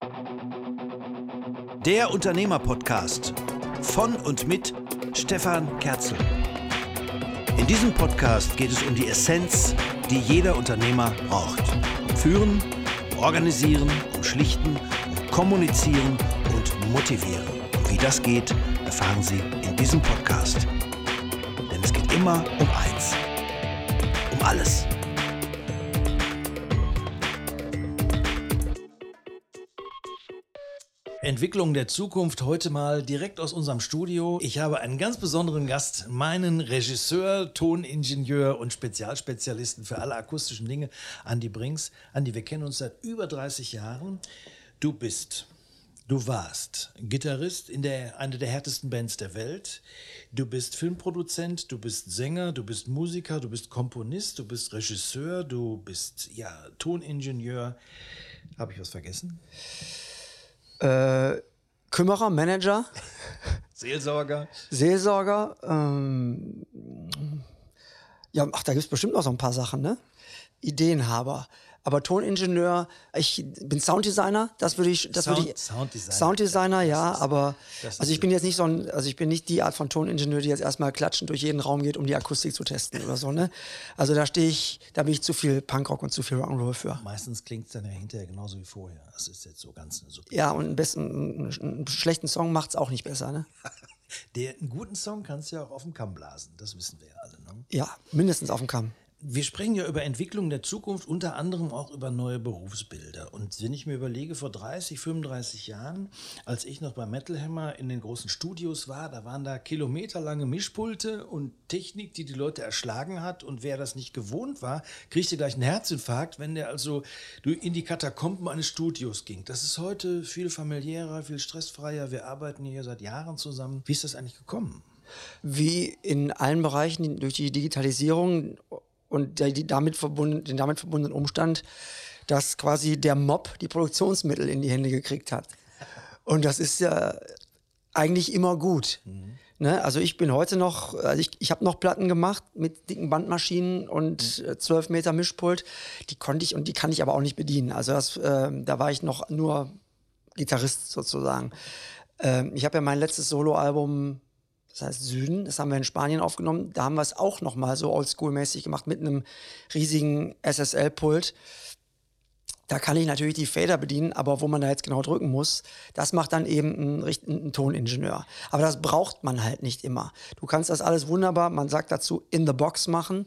Der Unternehmer-Podcast von und mit Stefan Kerzel. In diesem Podcast geht es um die Essenz, die jeder Unternehmer braucht. Um Führen, um Organisieren, um Schlichten, um Kommunizieren und Motivieren. Und wie das geht, erfahren Sie in diesem Podcast. Denn es geht immer um eins. Um alles. Entwicklung der Zukunft heute mal direkt aus unserem Studio. Ich habe einen ganz besonderen Gast, meinen Regisseur, Toningenieur und Spezialspezialisten für alle akustischen Dinge, Andi Brinks. Andi, wir kennen uns seit über 30 Jahren. Du warst Gitarrist in einer der härtesten Bands der Welt. Du bist Filmproduzent, du bist Sänger, du bist Musiker, du bist Komponist, du bist Regisseur, du bist Toningenieur. Habe ich was vergessen? Kümmerer, Manager. Seelsorger. Da gibt es bestimmt noch so ein paar Sachen, ne? Ideenhaber. Aber Toningenieur, ich bin Sounddesigner, Sounddesigner, ja, aber also ich bin jetzt nicht ich bin nicht die Art von Toningenieur, die jetzt erstmal klatschend durch jeden Raum geht, um die Akustik zu testen oder so, ne? Also da bin ich zu viel Punkrock und zu viel Rock'n'Roll für. Meistens klingt es dann ja hinterher genauso wie vorher. Das ist jetzt so ganz super. Ja, und einen schlechten Song macht es auch nicht besser, ne? Einen guten Song kannst du ja auch auf dem Kamm blasen, das wissen wir ja alle, ne? Ja, mindestens auf dem Kamm. Wir sprechen ja über Entwicklung der Zukunft, unter anderem auch über neue Berufsbilder. Und wenn ich mir überlege, vor 30, 35 Jahren, als ich noch bei Metal Hammer in den großen Studios war, da waren da kilometerlange Mischpulte und Technik, die Leute erschlagen hat. Und wer das nicht gewohnt war, kriegte gleich einen Herzinfarkt, wenn der also in die Katakomben eines Studios ging. Das ist heute viel familiärer, viel stressfreier. Wir arbeiten hier seit Jahren zusammen. Wie ist das eigentlich gekommen? Wie in allen Bereichen durch die Digitalisierung und den damit verbundenen Umstand, dass quasi der Mob die Produktionsmittel in die Hände gekriegt hat. Und das ist ja eigentlich immer gut. Mhm. Ne? Also ich bin heute noch, ich habe noch Platten gemacht mit dicken Bandmaschinen und 12 Meter Mischpult. Die konnte ich und die kann ich aber auch nicht bedienen. Also da war ich noch nur Gitarrist sozusagen. Ich habe ja mein letztes Soloalbum, das heißt Süden, das haben wir in Spanien aufgenommen. Da haben wir es auch nochmal so oldschool-mäßig gemacht mit einem riesigen SSL-Pult. Da kann ich natürlich die Fader bedienen, aber wo man da jetzt genau drücken muss, das macht dann eben ein Toningenieur. Aber das braucht man halt nicht immer. Du kannst das alles wunderbar, man sagt dazu, in the box machen,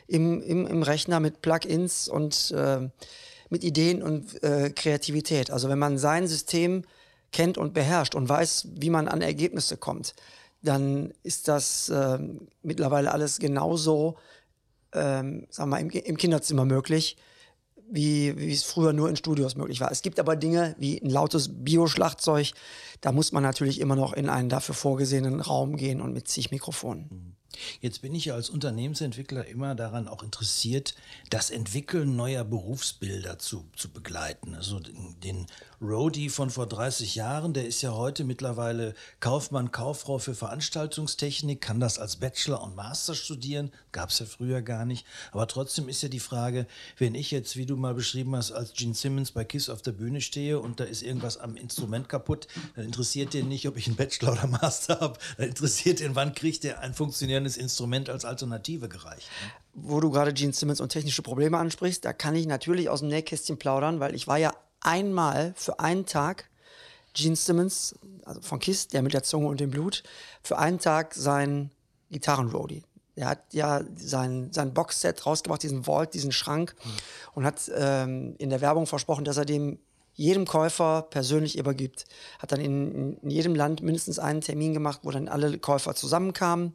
im Rechner mit Plugins und mit Ideen und Kreativität. Also wenn man sein System kennt und beherrscht und weiß, wie man an Ergebnisse kommt, dann ist das mittlerweile alles genauso, sagen wir mal, im Kinderzimmer möglich, wie es früher nur in Studios möglich war. Es gibt aber Dinge wie ein lautes Bio-Schlagzeug, da muss man natürlich immer noch in einen dafür vorgesehenen Raum gehen und mit zig Mikrofonen. Jetzt bin ich ja als Unternehmensentwickler immer daran auch interessiert, das Entwickeln neuer Berufsbilder zu begleiten. Also den Roadie von vor 30 Jahren, der ist ja heute mittlerweile Kaufmann, Kauffrau für Veranstaltungstechnik, kann das als Bachelor und Master studieren, gab es ja früher gar nicht. Aber trotzdem ist ja die Frage, wenn ich jetzt, wie du mal beschrieben hast, als Gene Simmons bei KISS auf der Bühne stehe und da ist irgendwas am Instrument kaputt, dann interessiert den nicht, ob ich einen Bachelor oder Master habe, dann interessiert den, wann kriegt der ein funktionierendes Instrument als Alternative gereicht. Ne? Wo du gerade Gene Simmons und technische Probleme ansprichst, da kann ich natürlich aus dem Nähkästchen plaudern, weil ich war ja einmal für einen Tag Gene Simmons, also von KISS, der mit der Zunge und dem Blut, für einen Tag sein Gitarrenroadie. Er hat ja sein Boxset rausgebracht, diesen Vault, diesen Schrank, und hat in der Werbung versprochen, dass er dem jedem Käufer persönlich übergibt. Hat dann in jedem Land mindestens einen Termin gemacht, wo dann alle Käufer zusammenkamen,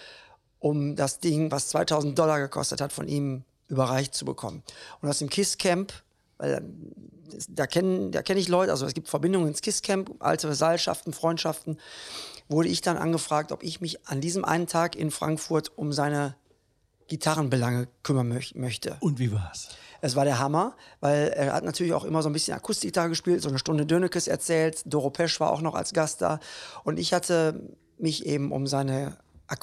um das Ding, was $2000 gekostet hat, von ihm überreicht zu bekommen. Und aus dem KISS-Camp, weil da kenn ich Leute, also es gibt Verbindungen ins KISS-Camp, alte Seilschaften, Freundschaften, wurde ich dann angefragt, ob ich mich an diesem einen Tag in Frankfurt um seine Gitarrenbelange kümmern möchte. Und wie war's? Es war der Hammer, weil er hat natürlich auch immer so ein bisschen Akustikgitarre gespielt, so eine Stunde Dönekes erzählt, Doro Pesch war auch noch als Gast da und ich hatte mich eben um seine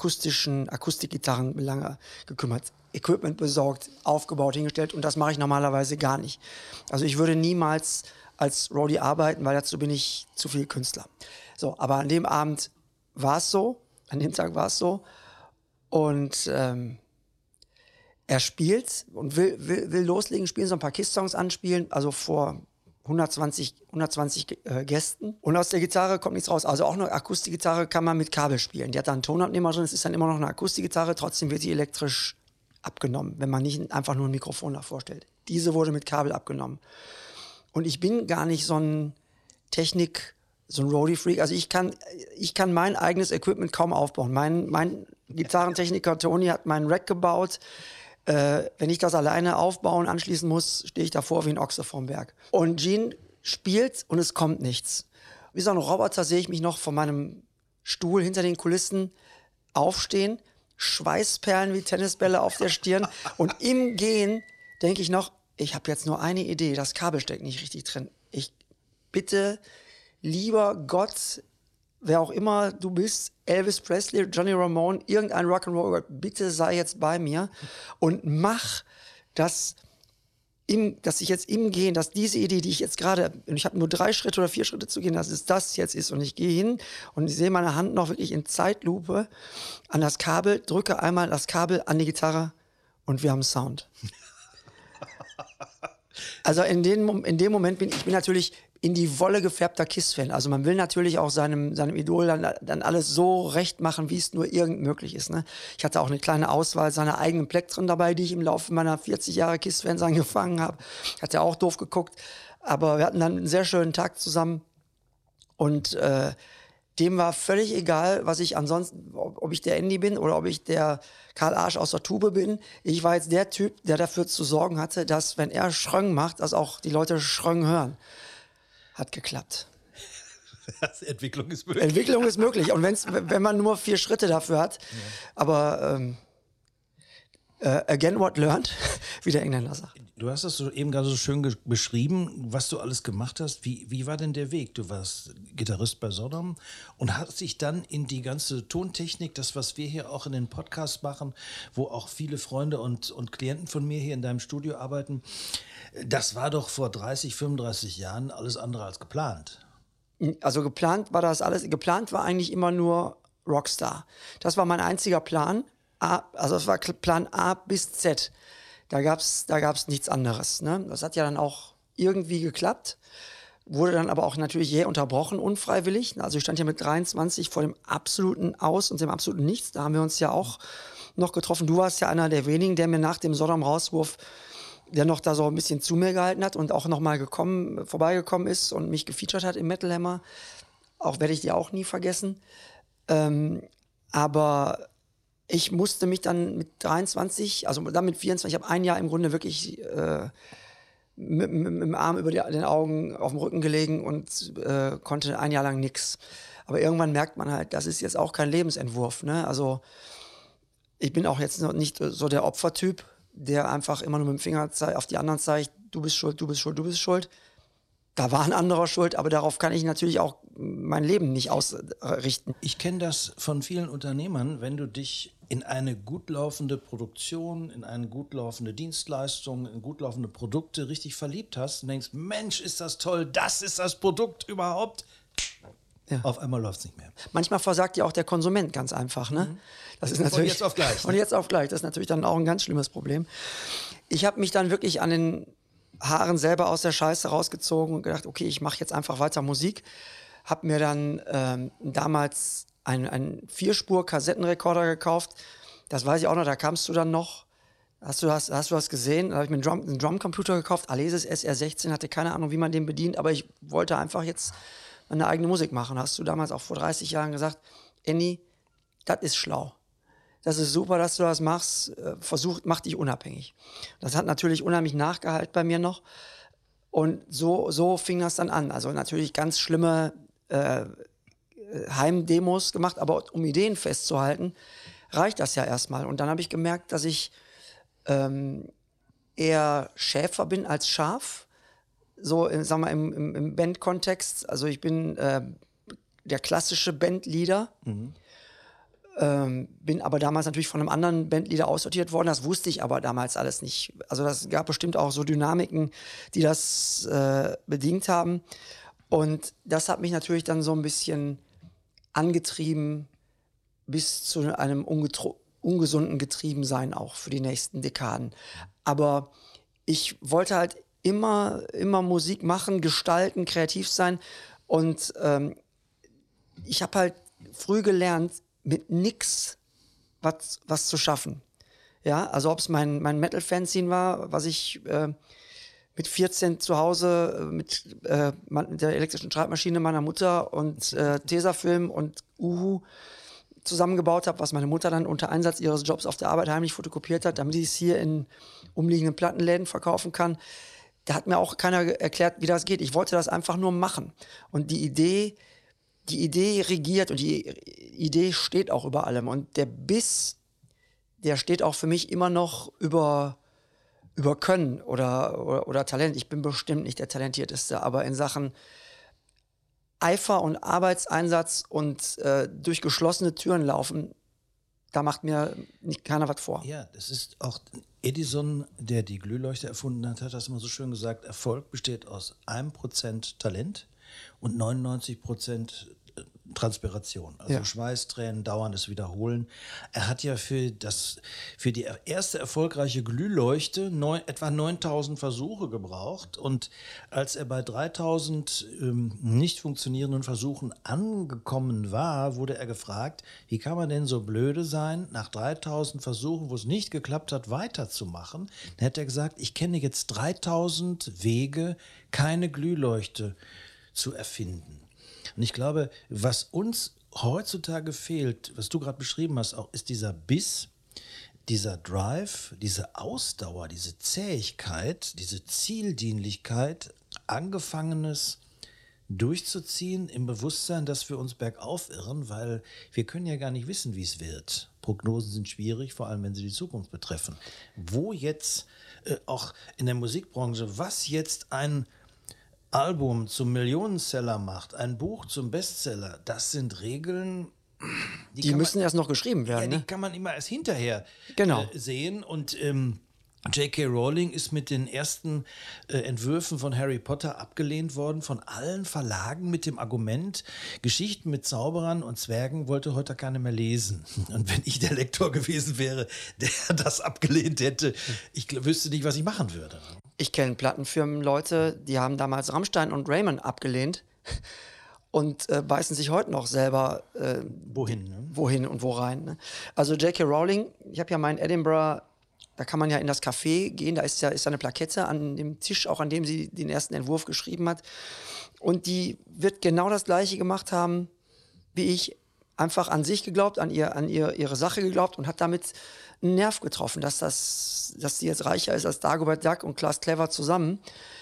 Akustikgitarrenbelange gekümmert, Equipment besorgt, aufgebaut, hingestellt, und das mache ich normalerweise gar nicht. Also ich würde niemals als Roadie arbeiten, weil dazu bin ich zu viel Künstler. So, aber an dem Abend war es so, an dem Tag war es so. Und er spielt und will loslegen, spielen, so ein paar KISS-Songs anspielen, also vor 120 Gästen. Und aus der Gitarre kommt nichts raus. Also auch eine Akustikgitarre kann man mit Kabel spielen. Die hat dann einen Tonabnehmer drin, es ist dann immer noch eine Akustikgitarre, trotzdem wird sie elektrisch abgenommen, wenn man nicht einfach nur ein Mikrofon davor stellt. Diese wurde mit Kabel abgenommen. Und ich bin gar nicht so ein so ein Roadie-Freak. Also ich kann mein eigenes Equipment kaum aufbauen. Mein Gitarrentechniker Toni hat meinen Rack gebaut. Wenn ich das alleine aufbauen, anschließen muss, stehe ich davor wie ein Ochse vorm Berg. Und Gene spielt und es kommt nichts. Wie so ein Roboter sehe ich mich noch von meinem Stuhl hinter den Kulissen aufstehen, Schweißperlen wie Tennisbälle auf der Stirn und im Gehen denke ich noch, ich habe jetzt nur eine Idee, das Kabel steckt nicht richtig drin. Ich bitte, lieber Gott, wer auch immer du bist, Elvis Presley, Johnny Ramone, irgendein Rock'n'Roll, bitte sei jetzt bei mir und mach das, dass ich jetzt im Gehen, dass diese Idee, die ich jetzt gerade, und ich habe nur 3 Schritte oder 4 Schritte zu gehen, dass es das jetzt ist. Und ich gehe hin und ich sehe meine Hand noch wirklich in Zeitlupe an das Kabel, drücke einmal das Kabel an die Gitarre und wir haben Sound. Also in dem Moment bin ich natürlich in die Wolle gefärbter KISS-Fan. Also man will natürlich auch seinem Idol dann alles so recht machen, wie es nur irgend möglich ist. Ne? Ich hatte auch eine kleine Auswahl seiner eigenen Plektren dabei, die ich im Laufe meiner 40 Jahre KISS-Fans angefangen habe. Hat er auch doof geguckt. Aber wir hatten dann einen sehr schönen Tag zusammen. Und dem war völlig egal, was ich ansonsten, ob ich der Andy bin oder ob ich der Karl Arsch aus der Tube bin. Ich war jetzt der Typ, der dafür zu sorgen hatte, dass, wenn er Schröng macht, dass auch die Leute Schröng hören. Hat geklappt. Entwicklung ist möglich. Entwicklung ist möglich. Und wenn man nur 4 Schritte dafür hat, ja. Aber again what learned, wie der Engländer sagt. Du hast das so eben gerade so schön beschrieben, was du alles gemacht hast. Wie war denn der Weg? Du warst Gitarrist bei Sodom und hast dich dann in die ganze Tontechnik, das, was wir hier auch in den Podcasts machen, wo auch viele Freunde und Klienten von mir hier in deinem Studio arbeiten, das war doch vor 30, 35 Jahren alles andere als geplant. Also geplant war das alles. Geplant war eigentlich immer nur Rockstar. Das war mein einziger Plan. Also das war Plan A bis Z. Da gab's nichts anderes. Ne? Das hat ja dann auch irgendwie geklappt. Wurde dann aber auch natürlich jäh unterbrochen, unfreiwillig. Also ich stand ja mit 23 vor dem absoluten Aus und dem absoluten Nichts. Da haben wir uns ja auch noch getroffen. Du warst ja einer der wenigen, der mir nach dem Sodom-Rauswurf, der noch da so ein bisschen zu mir gehalten hat und auch noch mal vorbeigekommen ist und mich gefeatured hat im Metal Hammer. Auch werde ich dir auch nie vergessen. Aber ich musste mich dann mit 23, also dann mit 24, ich habe ein Jahr im Grunde wirklich mit dem Arm über den Augen auf dem Rücken gelegen und konnte ein Jahr lang nichts. Aber irgendwann merkt man halt, das ist jetzt auch kein Lebensentwurf. Ne? Also ich bin auch jetzt noch nicht so der Opfertyp, der einfach immer nur mit dem Finger auf die anderen zeigt, du bist schuld, du bist schuld, du bist schuld. Da war ein anderer schuld, aber darauf kann ich natürlich auch mein Leben nicht ausrichten. Ich kenne das von vielen Unternehmern, wenn du dich in eine gut laufende Produktion, in eine gut laufende Dienstleistung, in gut laufende Produkte richtig verliebt hast und denkst, Mensch, ist das toll, das ist das Produkt überhaupt. Ja. Auf einmal läuft es nicht mehr. Manchmal versagt ja auch der Konsument ganz einfach. Ne? Das ist natürlich, von jetzt auf gleich. Von jetzt auf gleich. Das ist natürlich dann auch ein ganz schlimmes Problem. Ich habe mich dann wirklich an den Haaren selber aus der Scheiße rausgezogen und gedacht, okay, ich mache jetzt einfach weiter Musik. Habe mir dann damals einen 4-Spur-Kassettenrekorder gekauft. Das weiß ich auch noch, da kamst du dann noch. Hast du das gesehen? Da habe ich mir einen Drumcomputer gekauft, Alesis SR16, hatte keine Ahnung, wie man den bedient, aber ich wollte einfach jetzt meine eigene Musik machen. Hast du damals auch vor 30 Jahren gesagt, Andy, das ist schlau. Das ist super, dass du das machst. Mach dich unabhängig. Das hat natürlich unheimlich nachgehalten bei mir noch. Und so fing das dann an. Also natürlich ganz schlimme Heimdemos gemacht, aber um Ideen festzuhalten, reicht das ja erstmal. Und dann habe ich gemerkt, dass ich eher Schäfer bin als Schaf. So, sagen wir, im Bandkontext. Also ich bin der klassische Bandleader. Mhm. Bin aber damals natürlich von einem anderen Bandleader aussortiert worden. Das wusste ich aber damals alles nicht. Also das gab bestimmt auch so Dynamiken, die das bedingt haben. Und das hat mich natürlich dann so ein bisschen angetrieben bis zu einem ungesunden Getriebensein auch für die nächsten Dekaden. Aber ich wollte halt immer Musik machen, gestalten, kreativ sein. Und ich habe halt früh gelernt, mit nix was zu schaffen. Ja, also ob es mein Metal-Fanzine war, was ich mit 14 zu Hause mit der elektrischen Schreibmaschine meiner Mutter und Tesafilm und Uhu zusammengebaut habe, was meine Mutter dann unter Einsatz ihres Jobs auf der Arbeit heimlich fotokopiert hat, damit ich es hier in umliegenden Plattenläden verkaufen kann. Da hat mir auch keiner erklärt, wie das geht. Ich wollte das einfach nur machen. Und die Idee regiert und die Idee steht auch über allem. Und der Biss, der steht auch für mich immer noch über Können oder Talent. Ich bin bestimmt nicht der Talentierteste, aber in Sachen Eifer und Arbeitseinsatz und durch geschlossene Türen laufen, da macht mir keiner was vor. Ja, das ist auch Edison, der die Glühleuchte erfunden hat, hat das immer so schön gesagt, Erfolg besteht aus 1% Talent und 99% Transpiration, also Schweiß, Tränen, dauerndes Wiederholen. Er hat ja für die erste erfolgreiche Glühleuchte etwa 9000 Versuche gebraucht, und als er bei 3000 nicht funktionierenden Versuchen angekommen war, wurde er gefragt, wie kann man denn so blöde sein, nach 3000 Versuchen, wo es nicht geklappt hat, weiterzumachen. Dann hat er gesagt, ich kenne jetzt 3000 Wege, keine Glühleuchte zu erfinden. Und ich glaube, was uns heutzutage fehlt, was du gerade beschrieben hast, auch ist dieser Biss, dieser Drive, diese Ausdauer, diese Zähigkeit, diese Zieldienlichkeit, Angefangenes durchzuziehen im Bewusstsein, dass wir uns bergauf irren, weil wir können ja gar nicht wissen, wie es wird. Prognosen sind schwierig, vor allem wenn sie die Zukunft betreffen. Wo jetzt auch in der Musikbranche, was jetzt ein Album zum Millionenseller macht, ein Buch zum Bestseller, das sind Regeln, die müssen erst noch geschrieben werden. Ja, die kann man immer erst hinterher sehen. Und J.K. Rowling ist mit den ersten Entwürfen von Harry Potter abgelehnt worden von allen Verlagen mit dem Argument, Geschichten mit Zauberern und Zwergen wollte heute keiner mehr lesen. Und wenn ich der Lektor gewesen wäre, der das abgelehnt hätte, ich wüsste nicht, was ich machen würde. Ich kenne Plattenfirmen-Leute, die haben damals Rammstein und Raymond abgelehnt und beißen sich heute noch selber wohin und wo rein. Ne? Also J.K. Rowling, ich habe ja meinen Edinburgh, da kann man ja in das Café gehen, da ist ja eine Plakette an dem Tisch, auch an dem sie den ersten Entwurf geschrieben hat. Und die wird genau das Gleiche gemacht haben, wie ich. Einfach an sich geglaubt, an ihre Sache geglaubt und hat damit einen Nerv getroffen, dass sie jetzt reicher ist als Dagobert Duck und Klaas Clever zusammen,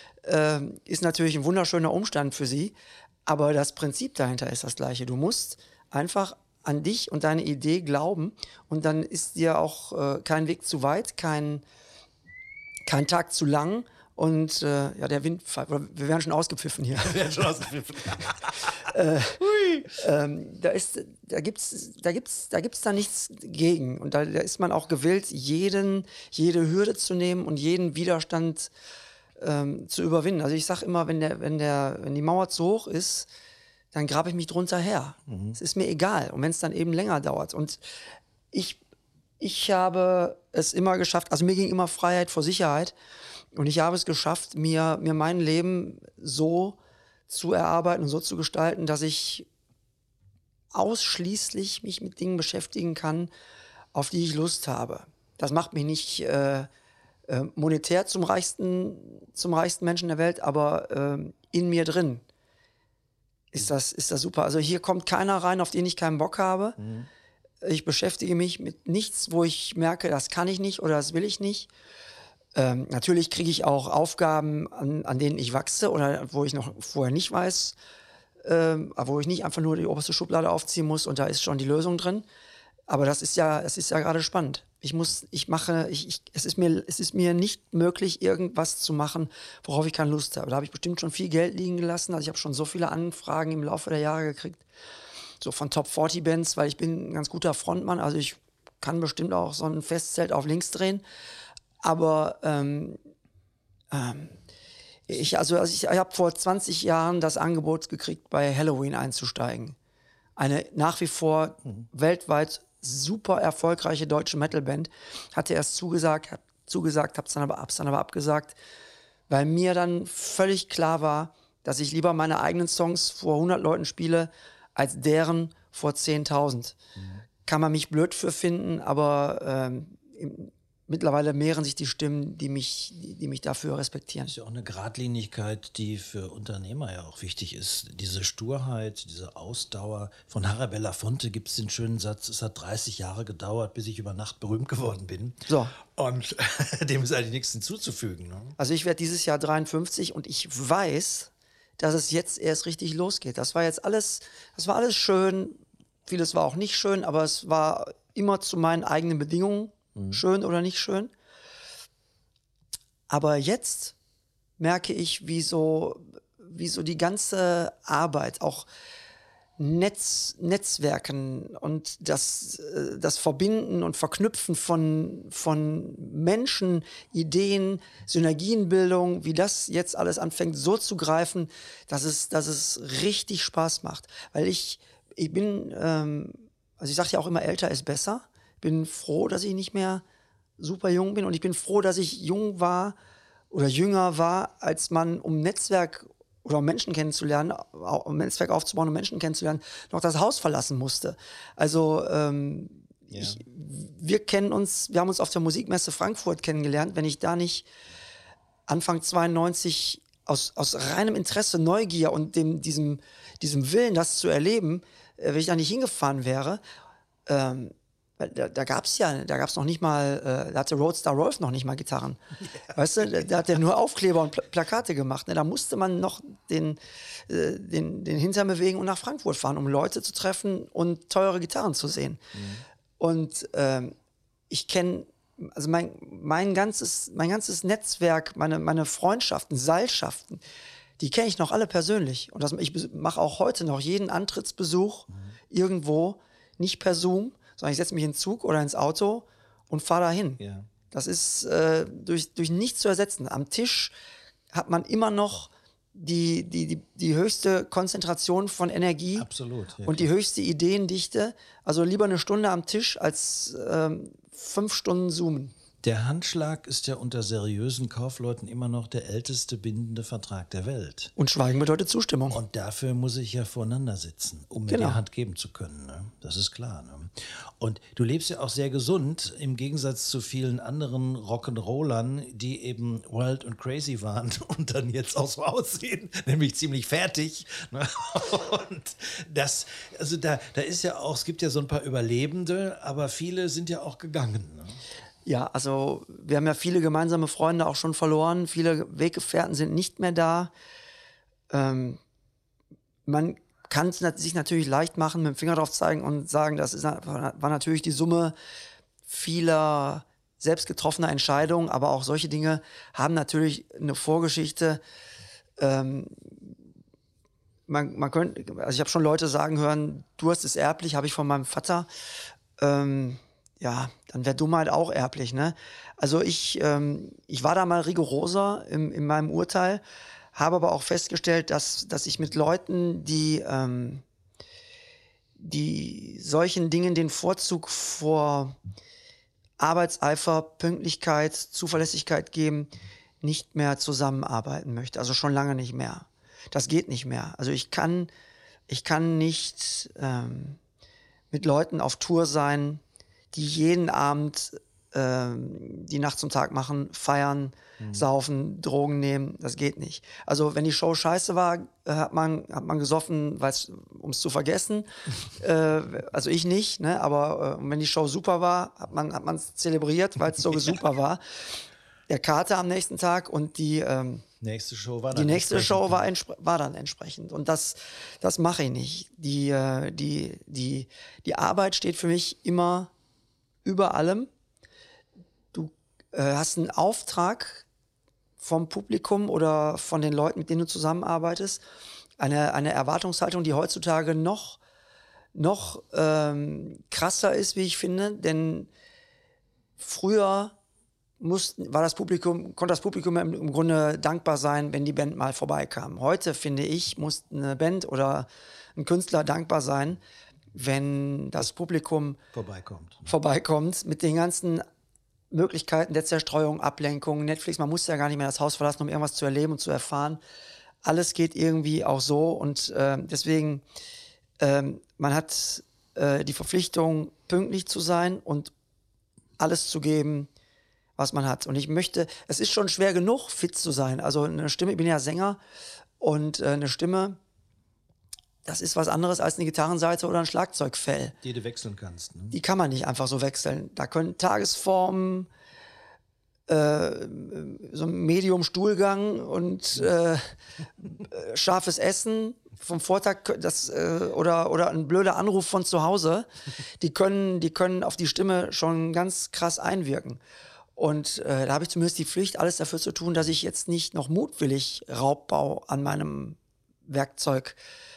ist natürlich ein wunderschöner Umstand für sie. Aber das Prinzip dahinter ist das gleiche. Du musst einfach an dich und deine Idee glauben und dann ist dir auch kein Weg zu weit, kein Tag zu lang. Und der Wind, wir werden schon ausgepfiffen hier. Wir werden schon ausgepfiffen. Da gibt's da nichts gegen. Und da ist man auch gewillt, jede Hürde zu nehmen und jeden Widerstand zu überwinden. Also ich sage immer, wenn die Mauer zu hoch ist, dann grabe ich mich drunter her. Es ist mir egal. Und wenn es dann eben länger dauert. Und ich habe es immer geschafft, also mir ging immer Freiheit vor Sicherheit. Und ich habe es geschafft, mir mein Leben so zu erarbeiten und so zu gestalten, dass ich ausschließlich mich mit Dingen beschäftigen kann, auf die ich Lust habe. Das macht mich nicht monetär zum reichsten Menschen der Welt, aber in mir drin ist das super. Also hier kommt keiner rein, auf den ich keinen Bock habe. Ich beschäftige mich mit nichts, wo ich merke, das kann ich nicht oder das will ich nicht. Natürlich kriege ich auch Aufgaben, an denen ich wachse oder wo ich noch vorher nicht weiß, wo ich nicht einfach nur die oberste Schublade aufziehen muss und da ist schon die Lösung drin. Aber es ist ja gerade spannend. Es ist mir nicht möglich, irgendwas zu machen, worauf ich keine Lust habe. Da habe ich bestimmt schon viel Geld liegen gelassen. Also ich habe schon so viele Anfragen im Laufe der Jahre gekriegt. so von Top 40 Bands, weil ich bin ein ganz guter Frontmann, also ich kann bestimmt auch so ein Festzelt auf links drehen, aber ich habe vor 20 Jahren das Angebot gekriegt, bei Helloween einzusteigen. Eine nach wie vor weltweit super erfolgreiche deutsche Metalband. Hatte erst zugesagt, hab's dann aber abgesagt, weil mir dann völlig klar war, dass ich lieber meine eigenen Songs vor 100 Leuten spiele, als deren vor 10.000. Kann man mich blöd für finden, aber mittlerweile mehren sich die Stimmen, die mich dafür respektieren. Das ist ja auch eine Gradlinigkeit, die für Unternehmer ja auch wichtig ist. Diese Sturheit, diese Ausdauer. Von Harry Belafonte gibt es den schönen Satz, es hat 30 Jahre gedauert, bis ich über Nacht berühmt geworden bin. So. Und dem ist eigentlich nichts hinzuzufügen. Ne? Also ich werde dieses Jahr 53 und ich weiß, dass es jetzt erst richtig losgeht. Das war alles schön, vieles war auch nicht schön, aber es war immer zu meinen eigenen Bedingungen. Schön oder nicht schön. Aber jetzt merke ich, wie so die ganze Arbeit, auch Netzwerken und das Verbinden und Verknüpfen von Menschen, Ideen, Synergienbildung, wie das jetzt alles anfängt so zu greifen, dass es richtig Spaß macht. Weil ich bin, also ich sage ja auch immer, älter ist besser. Bin froh, dass ich nicht mehr super jung bin und ich bin froh, dass ich jung war oder jünger war, als man, um Netzwerk oder um Menschen kennenzulernen, um Netzwerk aufzubauen, um Menschen kennenzulernen, noch das Haus verlassen musste. Also wir haben uns auf der Musikmesse Frankfurt kennengelernt. Wenn ich da nicht Anfang 92 aus reinem Interesse, Neugier und diesem Willen, das zu erleben, wenn ich da nicht hingefahren wäre, da gab's noch nicht mal, da hatte Roadstar Rolf noch nicht mal Gitarren. Ja. Weißt du, da hat er nur Aufkleber und Plakate gemacht. Ne? Da musste man noch den Hintern bewegen und nach Frankfurt fahren, um Leute zu treffen und teure Gitarren zu sehen. Und ich kenne, also mein ganzes Netzwerk, meine Freundschaften, Seilschaften, die kenne ich noch alle persönlich. Und ich mache auch heute noch jeden Antrittsbesuch irgendwo, nicht per Zoom, sondern ich setze mich in den Zug oder ins Auto und fahre dahin. Ja. Das ist durch nichts zu ersetzen. Am Tisch hat man immer noch die höchste Konzentration von Energie. Absolut, ja, und die höchste Ideendichte. Also lieber eine Stunde am Tisch als 5 Stunden Zoomen. Der Handschlag ist ja unter seriösen Kaufleuten immer noch der älteste bindende Vertrag der Welt. Und Schweigen bedeutet Zustimmung. Und dafür muss ich ja voreinander sitzen, um mir die Hand geben zu können. Ne? Das ist klar. Ne? Und du lebst ja auch sehr gesund, im Gegensatz zu vielen anderen Rock'n'Rollern, die eben wild und crazy waren und dann jetzt auch so aussehen, nämlich ziemlich fertig. Ne? Und das, also da ist ja auch, es gibt ja so ein paar Überlebende, aber viele sind ja auch gegangen. Ne? Ja, also wir haben ja viele gemeinsame Freunde auch schon verloren. Viele Weggefährten sind nicht mehr da. Man kann es sich natürlich leicht machen, mit dem Finger drauf zeigen und sagen, war natürlich die Summe vieler selbst getroffener Entscheidungen. Aber auch solche Dinge haben natürlich eine Vorgeschichte. Man könnte, also ich habe schon Leute sagen hören, Durst ist erblich, habe ich von meinem Vater. Ja, dann wäre Dummheit auch erblich, ne? Also ich war da mal rigoroser in meinem Urteil, habe aber auch festgestellt, dass ich mit Leuten, die solchen Dingen den Vorzug vor Arbeitseifer, Pünktlichkeit, Zuverlässigkeit geben, nicht mehr zusammenarbeiten möchte. Also schon lange nicht mehr. Das geht nicht mehr. Also ich kann nicht mit Leuten auf Tour sein, die jeden Abend die Nacht zum Tag machen, feiern, saufen, Drogen nehmen, das geht nicht. Also wenn die Show scheiße war, hat man gesoffen, um es zu vergessen. Also ich nicht, ne? Aber wenn die Show super war, hat man es zelebriert, weil es so super war. Der Kater am nächsten Tag und die nächste Show war dann entsprechend. Und das mache ich nicht. Die Arbeit steht für mich immer über allem. Du hast einen Auftrag vom Publikum oder von den Leuten, mit denen du zusammenarbeitest, eine Erwartungshaltung, die heutzutage noch noch krasser ist, wie ich finde, denn früher konnte das Publikum im Grunde dankbar sein, wenn die Band mal vorbeikam. Heute, finde ich, muss eine Band oder ein Künstler dankbar sein, wenn das Publikum vorbeikommt mit den ganzen Möglichkeiten der Zerstreuung, Ablenkung, Netflix. Man muss ja gar nicht mehr das Haus verlassen, um irgendwas zu erleben und zu erfahren. Alles geht irgendwie auch so und deswegen, man hat die Verpflichtung, pünktlich zu sein und alles zu geben, was man hat. Und es ist schon schwer genug, fit zu sein. Also eine Stimme, ich bin ja Sänger und eine Stimme, das ist was anderes als eine Gitarrenseite oder ein Schlagzeugfell. Die du wechseln kannst. Ne? Die kann man nicht einfach so wechseln. Da können Tagesformen, so ein Medium-Stuhlgang und scharfes Essen vom Vortag oder ein blöder Anruf von zu Hause, die können auf die Stimme schon ganz krass einwirken. Und da habe ich zumindest die Pflicht, alles dafür zu tun, dass ich jetzt nicht noch mutwillig Raubbau an meinem Werkzeug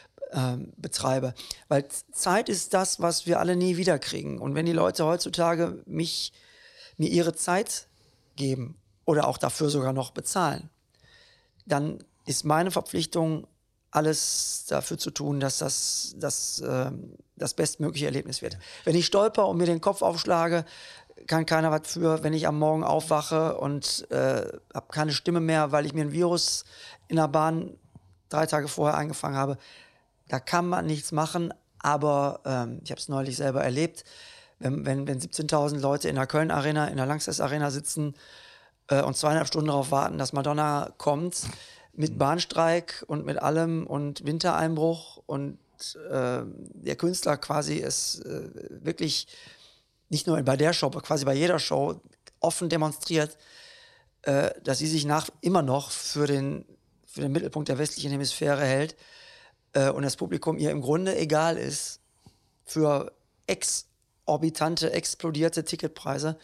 betreibe. Weil Zeit ist das, was wir alle nie wiederkriegen. Und wenn die Leute heutzutage mir ihre Zeit geben oder auch dafür sogar noch bezahlen, dann ist meine Verpflichtung, alles dafür zu tun, dass das bestmögliche Erlebnis wird. Wenn ich stolper und mir den Kopf aufschlage, kann keiner was für, wenn ich am Morgen aufwache und habe keine Stimme mehr, weil ich mir ein Virus in der Bahn 3 Tage vorher eingefangen habe. Da kann man nichts machen, aber ich habe es neulich selber erlebt, wenn 17.000 Leute in der Köln-Arena, in der Lanxess-Arena sitzen und 2,5 Stunden darauf warten, dass Madonna kommt, mit Bahnstreik und mit allem und Wintereinbruch und der Künstler quasi es wirklich nicht nur bei der Show, aber quasi bei jeder Show offen demonstriert, dass sie sich immer noch für den Mittelpunkt der westlichen Hemisphäre hält und das Publikum ihr im Grunde egal ist für exorbitante, explodierte Ticketpreise.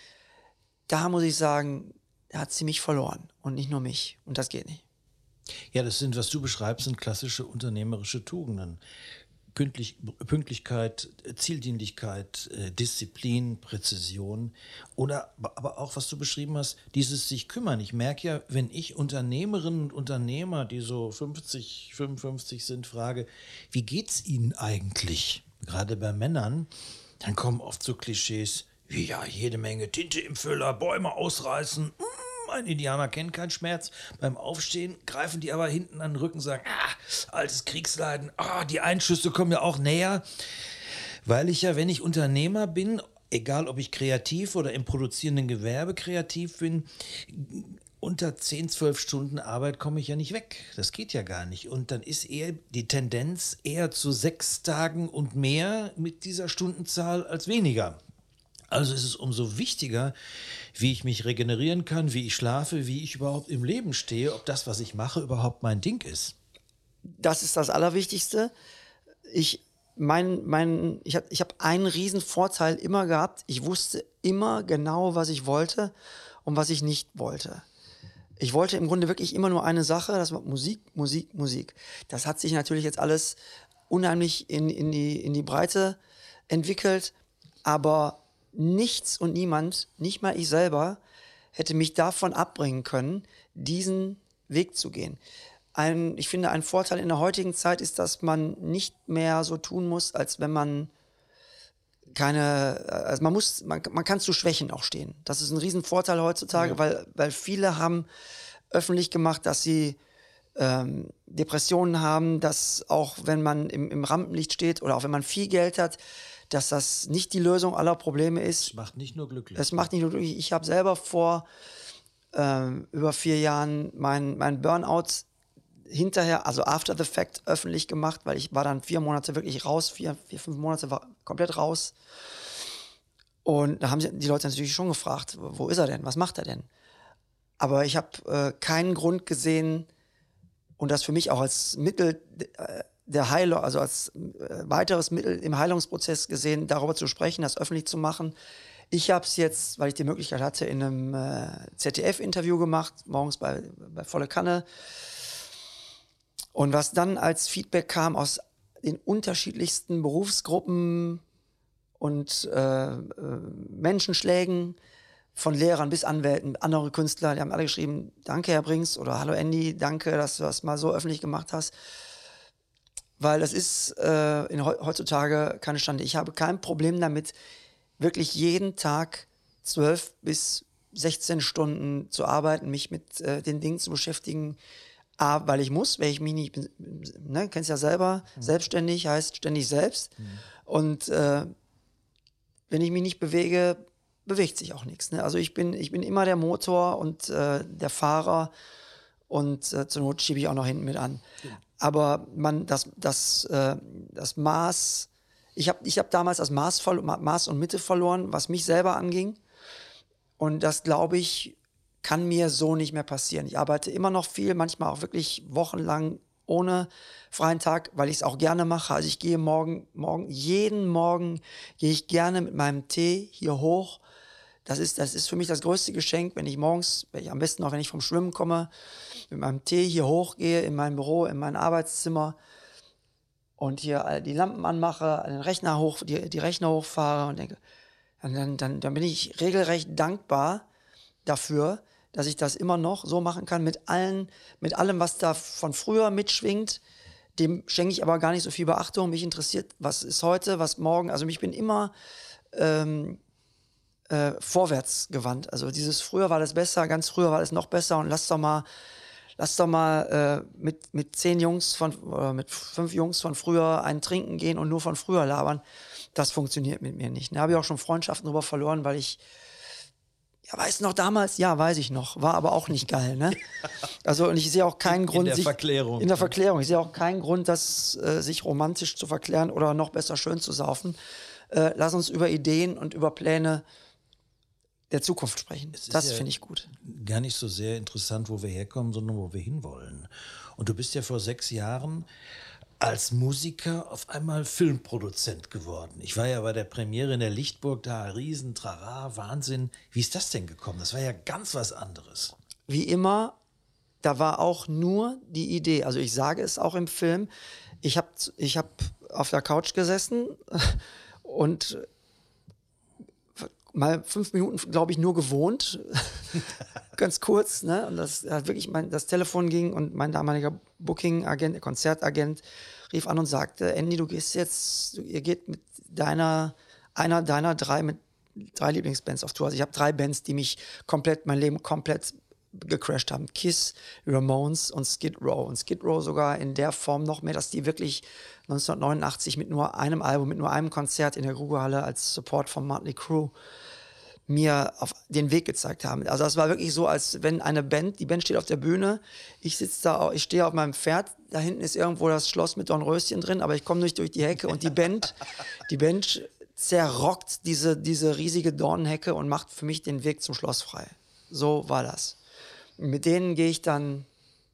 Da muss ich sagen, da hat sie mich verloren und nicht nur mich. Und das geht nicht. Ja, was du beschreibst, sind klassische unternehmerische Tugenden. Pünktlichkeit, Zieldienlichkeit, Disziplin, Präzision aber auch, was du beschrieben hast, dieses sich kümmern. Ich merke ja, wenn ich Unternehmerinnen und Unternehmer, die so 50, 55 sind, frage, wie geht's ihnen eigentlich? Gerade bei Männern, dann kommen oft so Klischees, wie ja, jede Menge Tinte im Füller, Bäume ausreißen, ein Indianer kennt keinen Schmerz. Beim Aufstehen greifen die aber hinten an den Rücken und sagen, altes Kriegsleiden, die Einschüsse kommen ja auch näher. Weil ich ja, wenn ich Unternehmer bin, egal ob ich kreativ oder im produzierenden Gewerbe kreativ bin, unter 10, 12 Stunden Arbeit komme ich ja nicht weg. Das geht ja gar nicht. Und dann ist eher die Tendenz eher zu 6 Tagen und mehr mit dieser Stundenzahl als weniger. Also ist es umso wichtiger, wie ich mich regenerieren kann, wie ich schlafe, wie ich überhaupt im Leben stehe, ob das, was ich mache, überhaupt mein Ding ist. Das ist das Allerwichtigste. Ich habe einen riesen Vorteil immer gehabt. Ich wusste immer genau, was ich wollte und was ich nicht wollte. Ich wollte im Grunde wirklich immer nur eine Sache, das war Musik, Musik, Musik. Das hat sich natürlich jetzt alles unheimlich in die Breite entwickelt, aber nichts und niemand, nicht mal ich selber, hätte mich davon abbringen können, diesen Weg zu gehen. Ich finde, ein Vorteil in der heutigen Zeit ist, dass man nicht mehr so tun muss, als wenn man man kann zu Schwächen auch stehen. Das ist ein Riesenvorteil heutzutage, ja. weil viele haben öffentlich gemacht, dass sie Depressionen haben, dass auch wenn man im Rampenlicht steht oder auch wenn man viel Geld hat, dass das nicht die Lösung aller Probleme ist. Es macht nicht nur glücklich. Ich habe selber vor über 4 Jahren mein Burnout hinterher, also after the fact, öffentlich gemacht, weil ich war dann 4 Monate wirklich raus, 5 Monate war komplett raus. Und da haben die Leute natürlich schon gefragt, wo ist er denn, was macht er denn? Aber ich habe keinen Grund gesehen und das für mich auch als Mittel der Heilung, also als weiteres Mittel im Heilungsprozess gesehen, darüber zu sprechen, das öffentlich zu machen. Ich habe es jetzt, weil ich die Möglichkeit hatte, in einem ZDF-Interview gemacht, morgens bei Volle Kanne. Und was dann als Feedback kam aus den unterschiedlichsten Berufsgruppen und Menschenschlägen, von Lehrern bis Anwälten, andere Künstler, die haben alle geschrieben, danke Herr Brinks oder hallo Andy, danke, dass du das mal so öffentlich gemacht hast. Weil das ist heutzutage keine Schande. Ich habe kein Problem damit, wirklich jeden Tag 12 bis 16 Stunden zu arbeiten, mich mit den Dingen zu beschäftigen. A, weil ich muss, weil ich mich nicht, ne, kennst ja selber, selbstständig heißt ständig selbst. Und wenn ich mich nicht bewege, bewegt sich auch nichts. Ne? Also ich bin immer der Motor und der Fahrer und zur Not schiebe ich auch noch hinten mit an. Aber das Maß, ich hab damals das Maß und Mitte verloren, was mich selber anging. Und das, glaube ich, kann mir so nicht mehr passieren. Ich arbeite immer noch viel, manchmal auch wirklich wochenlang ohne freien Tag, weil ich es auch gerne mache. Also ich gehe jeden Morgen gehe ich gerne mit meinem Tee hier hoch. Das ist für mich das größte Geschenk, wenn ich morgens, am besten auch wenn ich vom Schwimmen komme, mit meinem Tee hier hochgehe, in mein Büro, in mein Arbeitszimmer und hier die Lampen anmache, den Rechner die Rechner hochfahre und denke, dann bin ich regelrecht dankbar dafür, dass ich das immer noch so machen kann mit allem, was da von früher mitschwingt. Dem schenke ich aber gar nicht so viel Beachtung. Mich interessiert, was ist heute, was morgen. Also ich bin immer vorwärts gewandt. Also dieses früher war das besser, ganz früher war es noch besser und lass doch mal mit 10 Jungs mit 5 Jungs von früher einen trinken gehen und nur von früher labern. Das funktioniert mit mir nicht. Da habe ich auch schon Freundschaften drüber verloren, weil ich, ja, weiß noch damals, ja, weiß ich noch, war aber auch nicht geil, ne? Also, und ich sehe auch keinen Grund, in der Verklärung. In der Verklärung. Ich sehe auch keinen Grund, sich romantisch zu verklären oder noch besser schön zu saufen. Lass uns über Ideen und über Pläne der Zukunft sprechen. Das finde ich gut. Gar nicht so sehr interessant, wo wir herkommen, sondern wo wir hinwollen. Und du bist ja vor 6 Jahren als Musiker auf einmal Filmproduzent geworden. Ich war ja bei der Premiere in der Lichtburg da, riesen Trara, Wahnsinn. Wie ist das denn gekommen? Das war ja ganz was anderes. Wie immer, da war auch nur die Idee. Also ich sage es auch im Film. Ich hab auf der Couch gesessen und mal 5 Minuten, glaube ich, nur gewohnt. Ganz kurz, ne? Und das hat wirklich das Telefon ging und mein damaliger Booking-Agent, der Konzertagent, rief an und sagte, Andy, ihr geht mit einer deiner 3 Lieblingsbands auf Tour. Also ich habe 3 Bands, die mich mein Leben komplett gecrashed haben. Kiss, Ramones und Skid Row. Und Skid Row sogar in der Form noch mehr, dass die wirklich 1989 mit nur einem Album, mit nur einem Konzert in der Grugehalle als Support von Mötley Crüe mir auf den Weg gezeigt haben. Also das war wirklich so, als wenn die Band steht auf der Bühne, ich stehe auf meinem Pferd, da hinten ist irgendwo das Schloss mit Dornröschen drin, aber ich komme nicht durch die Hecke und die Band zerrockt diese riesige Dornenhecke und macht für mich den Weg zum Schloss frei. So war das. Mit denen gehe ich dann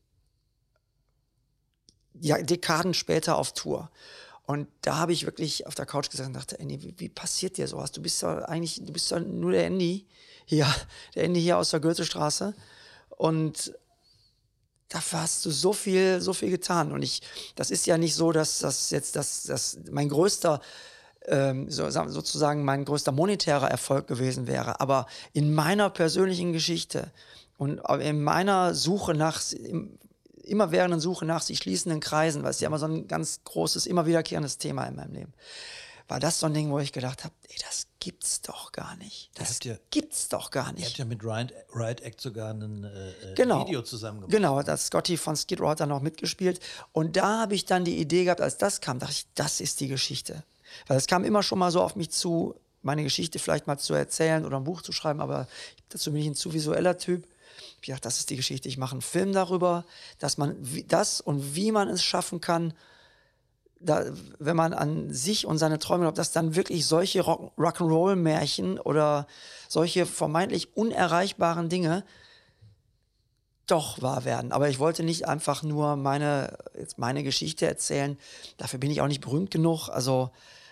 Dekaden später auf Tour. Und da habe ich wirklich auf der Couch gesessen und dachte, Andy, wie passiert dir sowas? Du bist doch nur der Andy hier aus der Goethestraße. Und dafür hast du so viel getan. Und das ist ja nicht so, dass das jetzt mein größter, sozusagen mein größter monetärer Erfolg gewesen wäre. Aber in meiner persönlichen Geschichte und in meiner immerwährenden Suche nach sich schließenden Kreisen, weil es ja immer so ein ganz großes, immer wiederkehrendes Thema in meinem Leben, war das so ein Ding, wo ich gedacht habe, das gibt's doch gar nicht. Gibt's doch gar nicht. Ihr habt ja mit Riot Act sogar ein Video zusammen gemacht. Genau, das Scotty von Skid Row hat dann auch mitgespielt. Und da habe ich dann die Idee gehabt, als das kam, dachte ich, das ist die Geschichte. Weil es kam immer schon mal so auf mich zu, meine Geschichte vielleicht mal zu erzählen oder ein Buch zu schreiben, aber dazu bin ich ein zu visueller Typ. Ich dachte, das ist die Geschichte. Ich mache einen Film darüber, dass man wie man es schaffen kann, wenn man an sich und seine Träume glaubt, dass dann wirklich solche Rock'n'Roll-Märchen oder solche vermeintlich unerreichbaren Dinge doch wahr werden. Aber ich wollte nicht einfach nur meine Geschichte erzählen. Dafür bin ich auch nicht berühmt genug. Also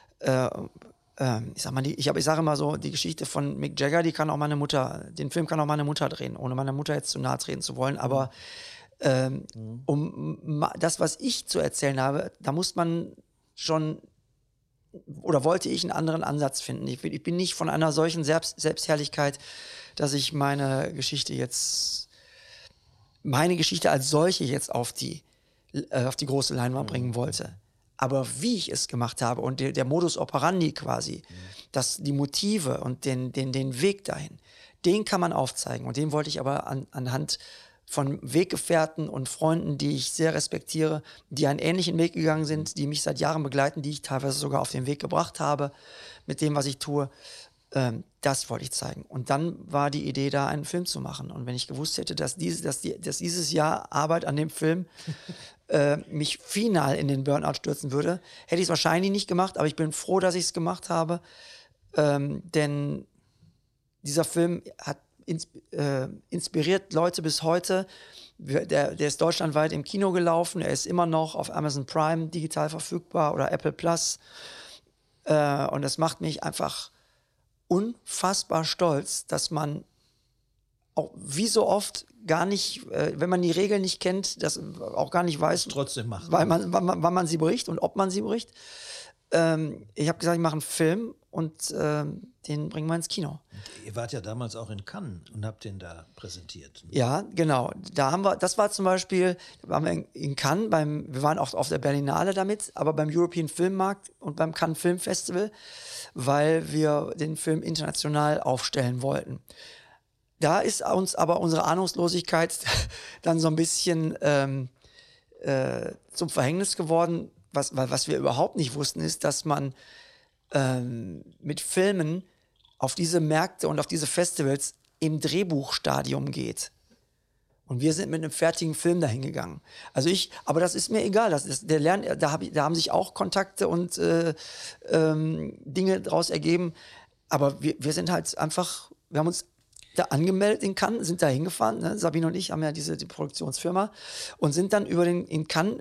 ich sage immer so, die Geschichte von Mick Jagger, den Film kann auch meine Mutter drehen, ohne meiner Mutter jetzt zu nahe treten zu wollen, aber um das, was ich zu erzählen habe, da muss man schon, oder wollte ich einen anderen Ansatz finden. Ich bin nicht von einer solchen Selbstherrlichkeit, dass ich meine Geschichte als solche jetzt auf die große Leinwand bringen wollte. Aber wie ich es gemacht habe und der Modus operandi quasi, die Motive und den Weg dahin, den kann man aufzeigen. Und den wollte ich aber anhand von Weggefährten und Freunden, die ich sehr respektiere, die einen ähnlichen Weg gegangen sind, die mich seit Jahren begleiten, die ich teilweise sogar auf den Weg gebracht habe mit dem, was ich tue. Das wollte ich zeigen. Und dann war die Idee da, einen Film zu machen. Und wenn ich gewusst hätte, dass dieses Jahr Arbeit an dem Film mich final in den Burnout stürzen würde, hätte ich es wahrscheinlich nicht gemacht, aber ich bin froh, dass ich es gemacht habe, denn dieser Film hat inspiriert Leute bis heute. Der ist deutschlandweit im Kino gelaufen, er ist immer noch auf Amazon Prime digital verfügbar oder Apple Plus. Und das macht mich einfach unfassbar stolz, dass man auch wie so oft gar nicht, wenn man die Regeln nicht kennt, das auch gar nicht weiß, trotzdem macht, wann man sie bricht und ob man sie bricht. Ich habe gesagt, ich mache einen Film und den bringen wir ins Kino. Ihr wart ja damals auch in Cannes und habt den da präsentiert. Ja, genau. Das war zum Beispiel, da waren wir in Cannes, wir waren auch auf der Berlinale damit, aber beim European Filmmarkt und beim Cannes Film Festival, weil wir den Film international aufstellen wollten. Da ist uns aber unsere Ahnungslosigkeit dann so ein bisschen zum Verhängnis geworden. Was wir überhaupt nicht wussten, ist, dass man mit Filmen auf diese Märkte und auf diese Festivals im Drehbuchstadium geht. Und wir sind mit einem fertigen Film dahin gegangen. Aber das ist mir egal. Da haben sich auch Kontakte und Dinge daraus ergeben. Aber wir sind halt einfach, wir haben uns da angemeldet in Cannes, sind da hingefahren. Ne? Sabine und ich haben ja die Produktionsfirma und sind dann in Cannes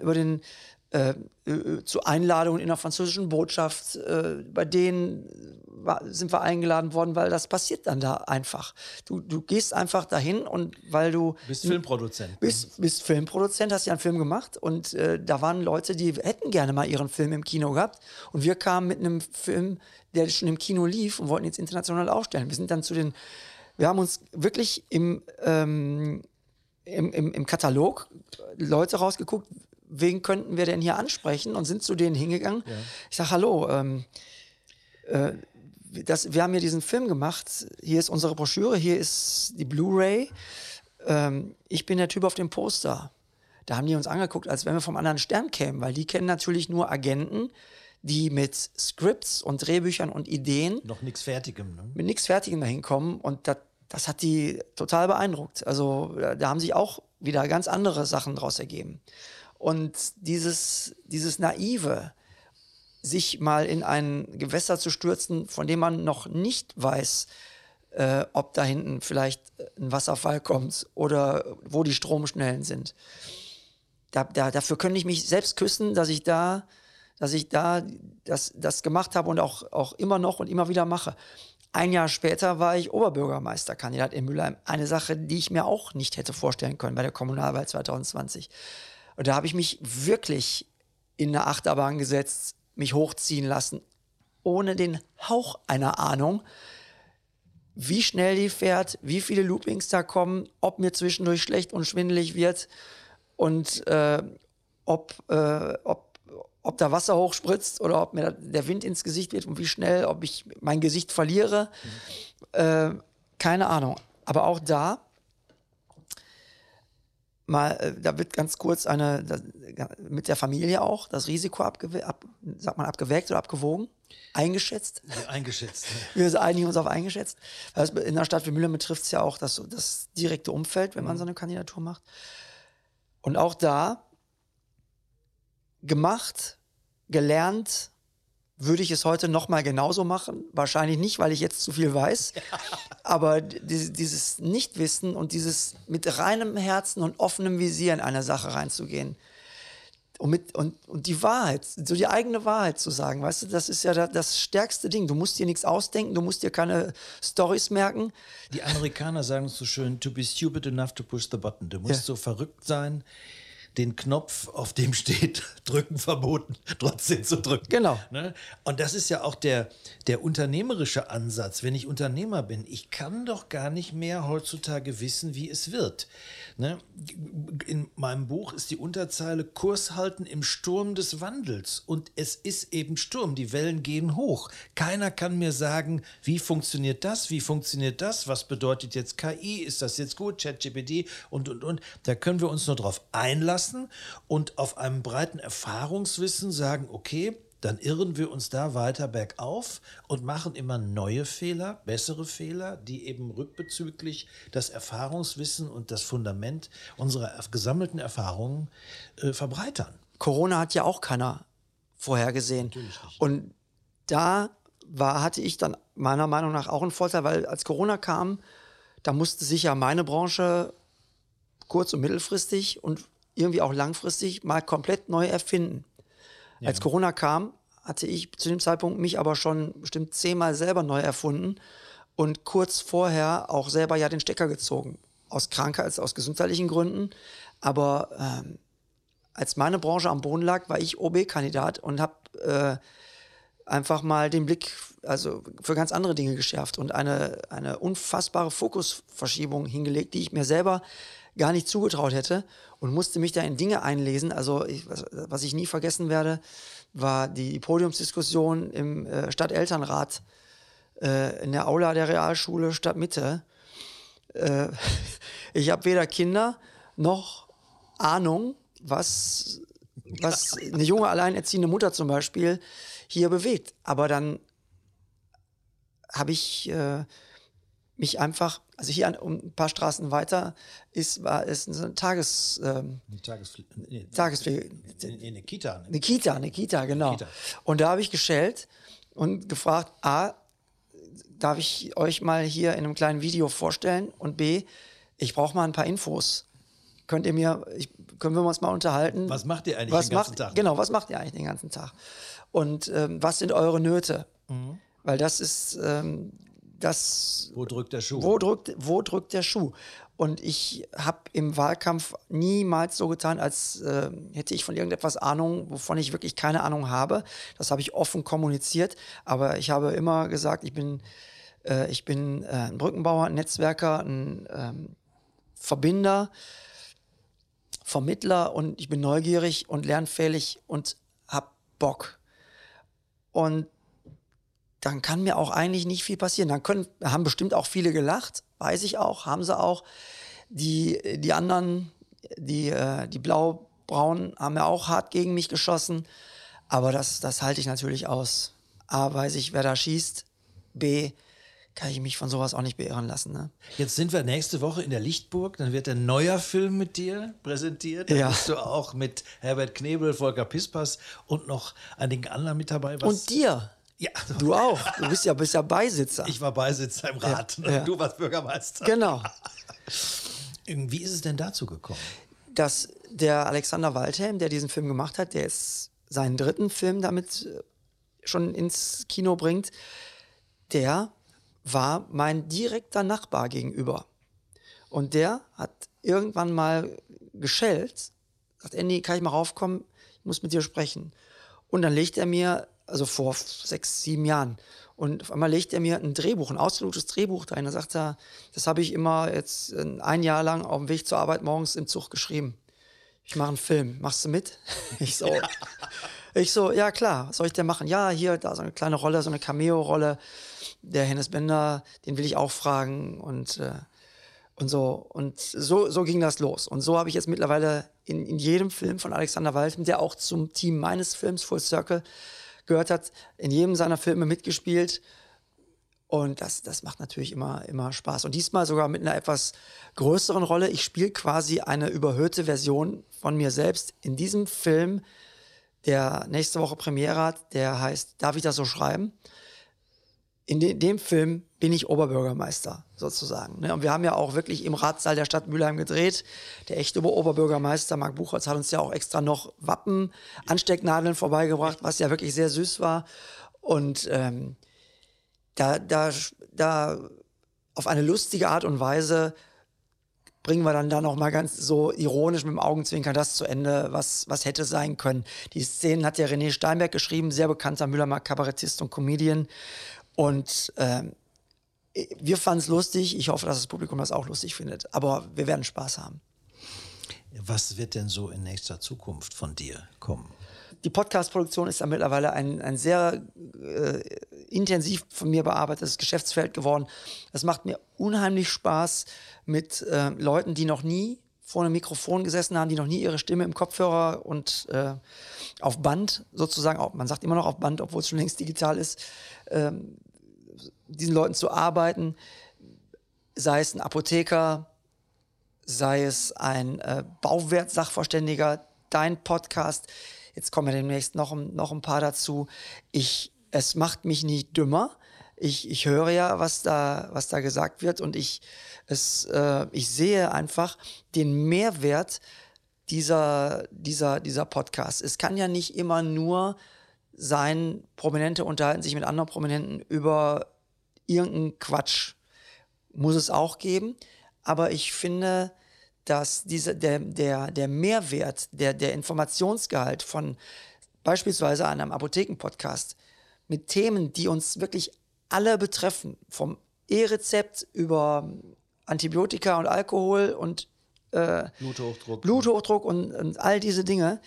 zu Einladungen in der französischen Botschaft, bei denen sind wir eingeladen worden, weil das passiert dann da einfach. Du gehst einfach dahin und weil du... Bist Filmproduzent. Bist Filmproduzent, hast ja einen Film gemacht und da waren Leute, die hätten gerne mal ihren Film im Kino gehabt und wir kamen mit einem Film, der schon im Kino lief und wollten jetzt international aufstellen. Wir haben uns wirklich im Katalog Leute rausgeguckt, wen könnten wir denn hier ansprechen und sind zu denen hingegangen. Ja. Ich sage, hallo, wir haben hier diesen Film gemacht, hier ist unsere Broschüre, hier ist die Blu-ray, ich bin der Typ auf dem Poster. Da haben die uns angeguckt, als wenn wir vom anderen Stern kämen, weil die kennen natürlich nur Agenten, die mit Scripts und Drehbüchern und Ideen noch nichts Fertigem, ne? Mit nichts Fertigem dahin kommen und das hat die total beeindruckt. Also da haben sich auch wieder ganz andere Sachen draus ergeben. Und dieses Naive, sich mal in ein Gewässer zu stürzen, von dem man noch nicht weiß, ob da hinten vielleicht ein Wasserfall kommt oder wo die Stromschnellen sind. Dafür könnte ich mich selbst küssen, dass ich das gemacht habe und auch immer noch und immer wieder mache. Ein Jahr später war ich Oberbürgermeisterkandidat in Mülheim. Eine Sache, die ich mir auch nicht hätte vorstellen können bei der Kommunalwahl 2020. Und da habe ich mich wirklich in eine Achterbahn gesetzt, mich hochziehen lassen, ohne den Hauch einer Ahnung, wie schnell die fährt, wie viele Loopings da kommen, ob mir zwischendurch schlecht und schwindelig wird und ob da Wasser hochspritzt oder ob mir der Wind ins Gesicht wird und wie schnell, ob ich mein Gesicht verliere. Keine Ahnung. Aber auch da wird ganz kurz mit der Familie auch das Risiko abgewägt oder abgewogen, eingeschätzt. Eingeschätzt. Wir einigen uns auf eingeschätzt. In einer Stadt wie Mülheim betrifft es ja auch das direkte Umfeld, wenn man so eine Kandidatur macht. Und auch da gemacht, gelernt, würde ich es heute noch mal genauso machen? Wahrscheinlich nicht, weil ich jetzt zu viel weiß. Aber dieses Nichtwissen und dieses mit reinem Herzen und offenem Visier in eine Sache reinzugehen und die Wahrheit, so die eigene Wahrheit zu sagen, weißt du, das ist ja das stärkste Ding. Du musst dir nichts ausdenken, du musst dir keine Storys merken. Die Amerikaner sagen es so schön, to be stupid enough to push the button. Du musst so verrückt sein, den Knopf, auf dem steht, drücken verboten, trotzdem zu drücken. Genau. Ne? Und das ist ja auch der unternehmerische Ansatz. Wenn ich Unternehmer bin, ich kann doch gar nicht mehr heutzutage wissen, wie es wird. Ne? In meinem Buch ist die Unterzeile Kurs halten im Sturm des Wandels. Und es ist eben Sturm, die Wellen gehen hoch. Keiner kann mir sagen, wie funktioniert das, was bedeutet jetzt KI, ist das jetzt gut, ChatGPT und. Da können wir uns nur drauf einlassen und auf einem breiten Erfahrungswissen sagen, okay, dann irren wir uns da weiter bergauf und machen immer neue Fehler, bessere Fehler, die eben rückbezüglich das Erfahrungswissen und das Fundament unserer gesammelten Erfahrungen verbreitern. Corona hat ja auch keiner vorhergesehen. Natürlich nicht. Und da hatte ich dann meiner Meinung nach auch einen Vorteil, weil als Corona kam, da musste sich ja meine Branche kurz- und mittelfristig und irgendwie auch langfristig mal komplett neu erfinden. Ja. Als Corona kam, hatte ich zu dem Zeitpunkt mich aber schon bestimmt 10-mal selber neu erfunden und kurz vorher auch selber ja den Stecker gezogen. Aus Krankheits-, aus gesundheitlichen Gründen. Aber als meine Branche am Boden lag, war ich OB-Kandidat und habe einfach mal den Blick also für ganz andere Dinge geschärft und eine unfassbare Fokusverschiebung hingelegt, die ich mir selber gar nicht zugetraut hätte und musste mich da in Dinge einlesen. Also was ich nie vergessen werde, war die Podiumsdiskussion im Stadtelternrat in der Aula der Realschule Stadtmitte. Ich habe weder Kinder noch Ahnung, was eine junge alleinerziehende Mutter zum Beispiel hier bewegt. Aber dann habe ich mich einfach, also hier um ein paar Straßen weiter war es eine Tagespflege. Eine Kita. Eine Kita, genau. Kita. Und da habe ich geschellt und gefragt, A, darf ich euch mal hier in einem kleinen Video vorstellen? Und B, ich brauche mal ein paar Infos. Können wir uns mal unterhalten? Was macht ihr eigentlich den ganzen Tag? Genau, was macht ihr eigentlich den ganzen Tag? Und was sind eure Nöte? Mhm. Weil das ist Wo drückt der Schuh? Wo drückt der Schuh? Und ich habe im Wahlkampf niemals so getan, als hätte ich von irgendetwas Ahnung, wovon ich wirklich keine Ahnung habe. Das habe ich offen kommuniziert. Aber ich habe immer gesagt, ich bin ein Brückenbauer, ein Netzwerker, ein Verbinder, Vermittler und ich bin neugierig und lernfähig und hab Bock. Und dann kann mir auch eigentlich nicht viel passieren. Haben bestimmt auch viele gelacht, weiß ich auch, haben sie auch. Die anderen, die blau-braun, haben ja auch hart gegen mich geschossen. Aber das halte ich natürlich aus. A, weiß ich, wer da schießt. B, kann ich mich von sowas auch nicht beirren lassen. Ne? Jetzt sind wir nächste Woche in der Lichtburg, dann wird ein neuer Film mit dir präsentiert. Da bist du auch mit Herbert Knebel, Volker Pispas und noch einigen anderen mit dabei. Und dir. Ja. Du auch. Du bist ja Beisitzer. Ich war Beisitzer im Rat. Ja. Du warst Bürgermeister. Genau. Wie ist es denn dazu gekommen? Dass der Alexander Waldhelm, der diesen Film gemacht hat, der jetzt seinen 3. Film damit schon ins Kino bringt, der war mein direkter Nachbar gegenüber. Und der hat irgendwann mal geschellt, sagt, Andy, kann ich mal raufkommen? Ich muss mit dir sprechen. Und dann legt er mir, also vor 6, 7 Jahren, und auf einmal legt er mir ein Drehbuch, ein ausgedrucktes Drehbuch da rein. Da sagt er, das habe ich immer jetzt ein Jahr lang auf dem Weg zur Arbeit morgens im Zug geschrieben. Ich mache einen Film, machst du mit? Ich so, ja klar, was soll ich denn machen? Ja, hier, da so eine kleine Rolle, so eine Cameo-Rolle. Der Hennes Bender, den will ich auch fragen und so. Und so ging das los. Und so habe ich jetzt mittlerweile in jedem Film von Alexander Waldhelm, der auch zum Team meines Films Full Circle gehört hat, in jedem seiner Filme mitgespielt. Und das macht natürlich immer Spaß. Und diesmal sogar mit einer etwas größeren Rolle. Ich spiele quasi eine überhöhte Version von mir selbst in diesem Film, der nächste Woche Premiere hat. Der heißt Darf ich das so schreiben? In dem Film bin ich Oberbürgermeister sozusagen. Ne? Und wir haben ja auch wirklich im Ratssaal der Stadt Mülheim gedreht. Der echte Oberbürgermeister Marc Buchholz hat uns ja auch extra noch Wappen, Anstecknadeln vorbeigebracht, was ja wirklich sehr süß war. Und da auf eine lustige Art und Weise bringen wir dann da noch mal ganz so ironisch mit dem Augenzwinkern das zu Ende, was hätte sein können. Die Szenen hat ja René Steinberg geschrieben, sehr bekannter Müllermarkt-Kabarettist und Comedian. Und wir fanden es lustig. Ich hoffe, dass das Publikum das auch lustig findet. Aber wir werden Spaß haben. Was wird denn so in nächster Zukunft von dir kommen? Die Podcast-Produktion ist ja mittlerweile ein sehr intensiv von mir bearbeitetes Geschäftsfeld geworden. Es macht mir unheimlich Spaß mit Leuten, die noch nie vor einem Mikrofon gesessen haben, die noch nie ihre Stimme im Kopfhörer und auf Band sozusagen, man sagt immer noch auf Band, obwohl es schon längst digital ist, diesen Leuten zu arbeiten, sei es ein Apotheker, sei es ein Bauwertsachverständiger, dein Podcast. Jetzt kommen ja demnächst noch ein paar dazu. Es macht mich nicht dümmer. Ich höre ja, was da gesagt wird, und ich sehe einfach den Mehrwert dieser Podcast. Es kann ja nicht immer nur sein, Prominente unterhalten sich mit anderen Prominenten über irgendeinen Quatsch. Muss es auch geben. Aber ich finde, dass der Mehrwert, der Informationsgehalt von beispielsweise einem Apotheken-Podcast mit Themen, die uns wirklich alle betreffen, vom E-Rezept über Antibiotika und Alkohol und Bluthochdruck und all diese Dinge,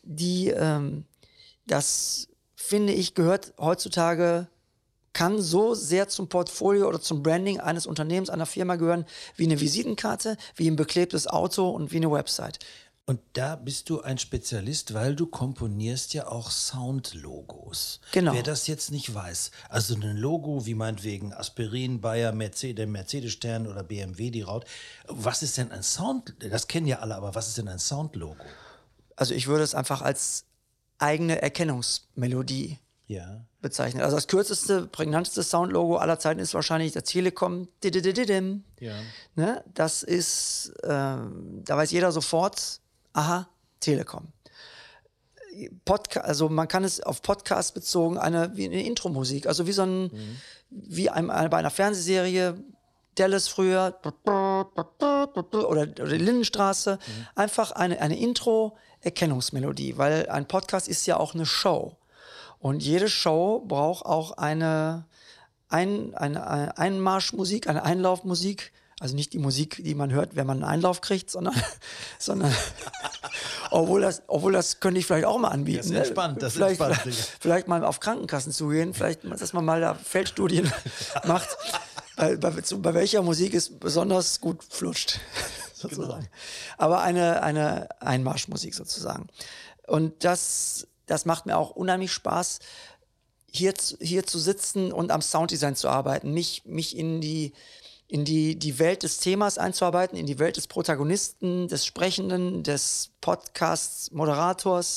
das finde ich, gehört heutzutage, kann so sehr zum Portfolio oder zum Branding eines Unternehmens, einer Firma gehören, wie eine Visitenkarte, wie ein beklebtes Auto und wie eine Website. Und da bist du ein Spezialist, weil du komponierst ja auch Soundlogos. Genau. Wer das jetzt nicht weiß, also ein Logo wie meinetwegen Aspirin, Bayer, der Mercedes-Stern oder BMW, die Raut. Was ist denn ein Sound? Das kennen ja alle, aber was ist denn ein Soundlogo? Also ich würde es einfach als eigene Erkennungsmelodie bezeichnen. Also das kürzeste, prägnanteste Soundlogo aller Zeiten ist wahrscheinlich der Telekom. Ja. Ne? Das ist, da weiß jeder sofort, aha, Telekom. Also man kann es auf Podcast bezogen, wie eine Intro-Musik, also wie bei einer Fernsehserie, Dallas früher, oder die Lindenstraße, einfach eine Intro-Erkennungsmelodie, weil ein Podcast ist ja auch eine Show. Und jede Show braucht auch eine Einmarschmusik, eine Einlaufmusik. Also nicht die Musik, die man hört, wenn man einen Einlauf kriegt, sondern obwohl das könnte ich vielleicht auch mal anbieten. Das ist entspannt, das vielleicht, ist entspannt. Vielleicht mal auf Krankenkassen zugehen, vielleicht, dass man mal da Feldstudien macht, bei welcher Musik es besonders gut flutscht, sozusagen. Genau. Aber eine Einmarschmusik sozusagen. Und das macht mir auch unheimlich Spaß, hier zu sitzen und am Sounddesign zu arbeiten, mich in die Welt des Themas einzuarbeiten, in die Welt des Protagonisten, des Sprechenden, des Podcasts-Moderators,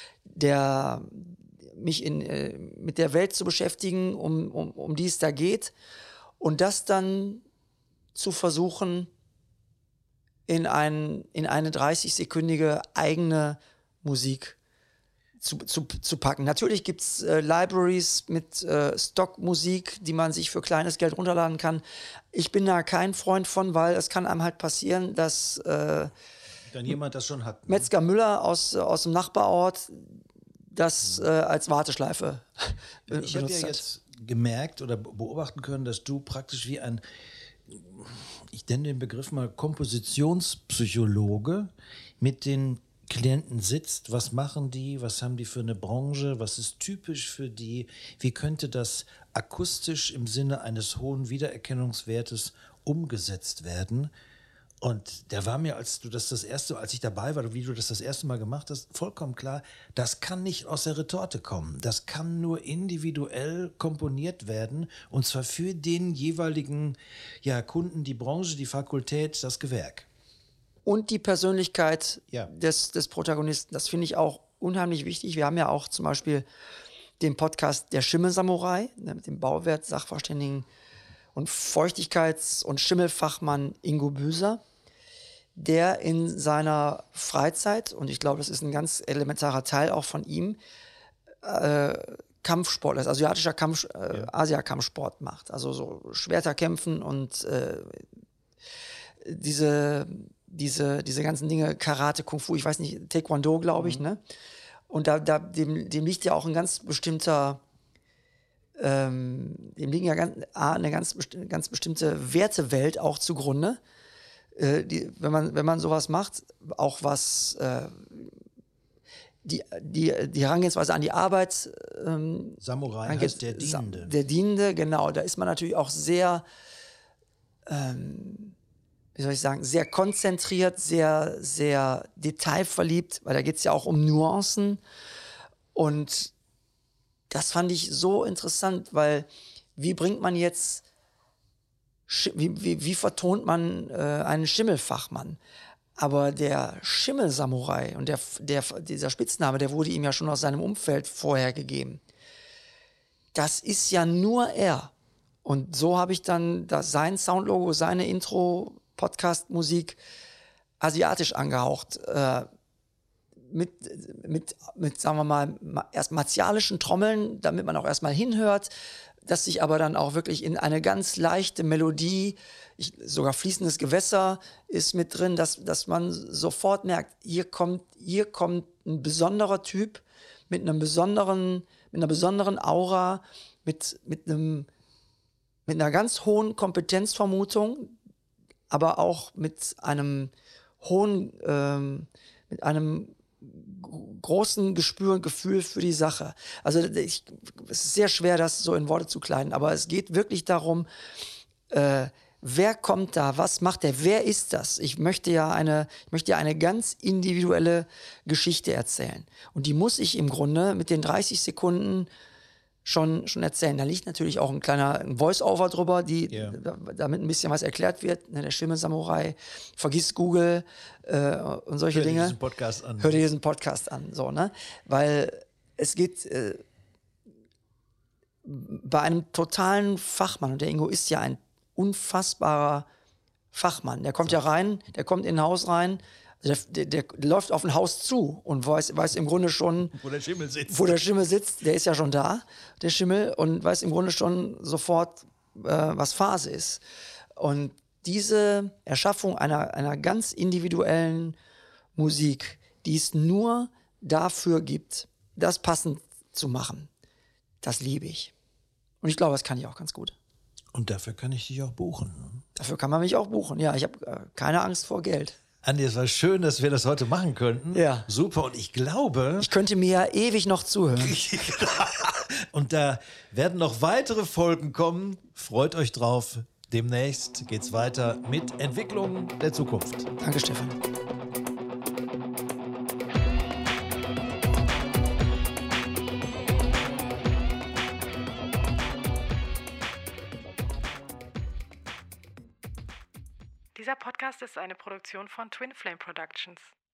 mich mit der Welt zu beschäftigen, um die es da geht, und das dann zu versuchen, in eine 30-sekündige eigene Musik zu packen. Natürlich gibt es Libraries mit Stockmusik, die man sich für kleines Geld runterladen kann. Ich bin da kein Freund von, weil es kann einem halt passieren, dass dann jemand das schon hat. Ne? Metzger Müller aus dem Nachbarort das als Warteschleife benutzt Ich habe ja jetzt gemerkt oder beobachten können, dass du praktisch wie ich nenne den Begriff mal Kompositionspsychologe, mit den Klienten sitzt, was machen die, was haben die für eine Branche, was ist typisch für die, wie könnte das akustisch im Sinne eines hohen Wiedererkennungswertes umgesetzt werden. Und der war mir, als ich dabei war, wie du das erste Mal gemacht hast, vollkommen klar, das kann nicht aus der Retorte kommen. Das kann nur individuell komponiert werden, und zwar für den jeweiligen Kunden, die Branche, die Fakultät, das Gewerk. Und die Persönlichkeit des Protagonisten, das finde ich auch unheimlich wichtig. Wir haben ja auch zum Beispiel den Podcast Der Schimmelsamurai, mit dem Bauwert-Sachverständigen und Feuchtigkeits- und Schimmelfachmann Ingo Büser, der in seiner Freizeit, und ich glaube, das ist ein ganz elementarer Teil auch von ihm, Kampfsport, also Asia-Kampfsport macht. Also so Schwerterkämpfen und diese ganzen Dinge, Karate, Kung Fu, ich weiß nicht, Taekwondo, glaube ich, ne? Und dem liegt ja auch ein ganz bestimmter, dem liegen ja eine ganz bestimmte Wertewelt auch zugrunde. Wenn man sowas macht, auch was die Herangehensweise an die Arbeit. Samurai heißt der Dienende. Der Dienende, genau. Da ist man natürlich auch sehr, wie soll ich sagen, sehr konzentriert, sehr, sehr detailverliebt, weil da geht es ja auch um Nuancen. Und das fand ich so interessant, weil wie bringt man jetzt, wie vertont man einen Schimmelfachmann? Aber der Schimmelsamurai und dieser Spitzname, der wurde ihm ja schon aus seinem Umfeld vorher gegeben. Das ist ja nur er. Und so habe ich dann sein Soundlogo, seine Intro-Podcast-Musik asiatisch angehaucht. Mit, sagen wir mal, erst martialischen Trommeln, damit man auch erstmal hinhört, dass sich aber dann auch wirklich in eine ganz leichte Melodie, sogar fließendes Gewässer ist mit drin, dass man sofort merkt, hier kommt ein besonderer Typ mit einer besonderen Aura, mit einer ganz hohen Kompetenzvermutung, aber auch mit einem großen Gespür und Gefühl für die Sache. Also es ist sehr schwer, das so in Worte zu kleiden, aber es geht wirklich darum, wer kommt da, was macht der, wer ist das? Ich möchte ja eine ganz individuelle Geschichte erzählen. Und die muss ich im Grunde mit den 30 Sekunden schon erzählen. Da liegt natürlich auch ein kleiner Voice-Over drüber, damit ein bisschen was erklärt wird. Der Schimmelsamurai, vergiss Google und solche Dinge. Hör dir diesen Podcast an. So, ne? Weil es geht bei einem totalen Fachmann, und der Ingo ist ja ein unfassbarer Fachmann. Der kommt ja rein, der kommt in ein Haus rein, der läuft auf ein Haus zu und weiß im Grunde schon, wo der Schimmel sitzt. Der ist ja schon da, der Schimmel, und weiß im Grunde schon sofort, was Phase ist. Und diese Erschaffung einer ganz individuellen Musik, die es nur dafür gibt, das passend zu machen, das liebe ich. Und ich glaube, das kann ich auch ganz gut. Und dafür kann ich dich auch buchen. Dafür kann man mich auch buchen, ja. Ich habe keine Angst vor Geld. Andi, es war schön, dass wir das heute machen könnten. Ja. Super. Und ich glaube... Ich könnte mir ja ewig noch zuhören. Und da werden noch weitere Folgen kommen. Freut euch drauf. Demnächst geht's weiter mit Entwicklung der Zukunft. Danke, Stefan. Dieser Podcast ist eine Produktion von Twin Flame Productions.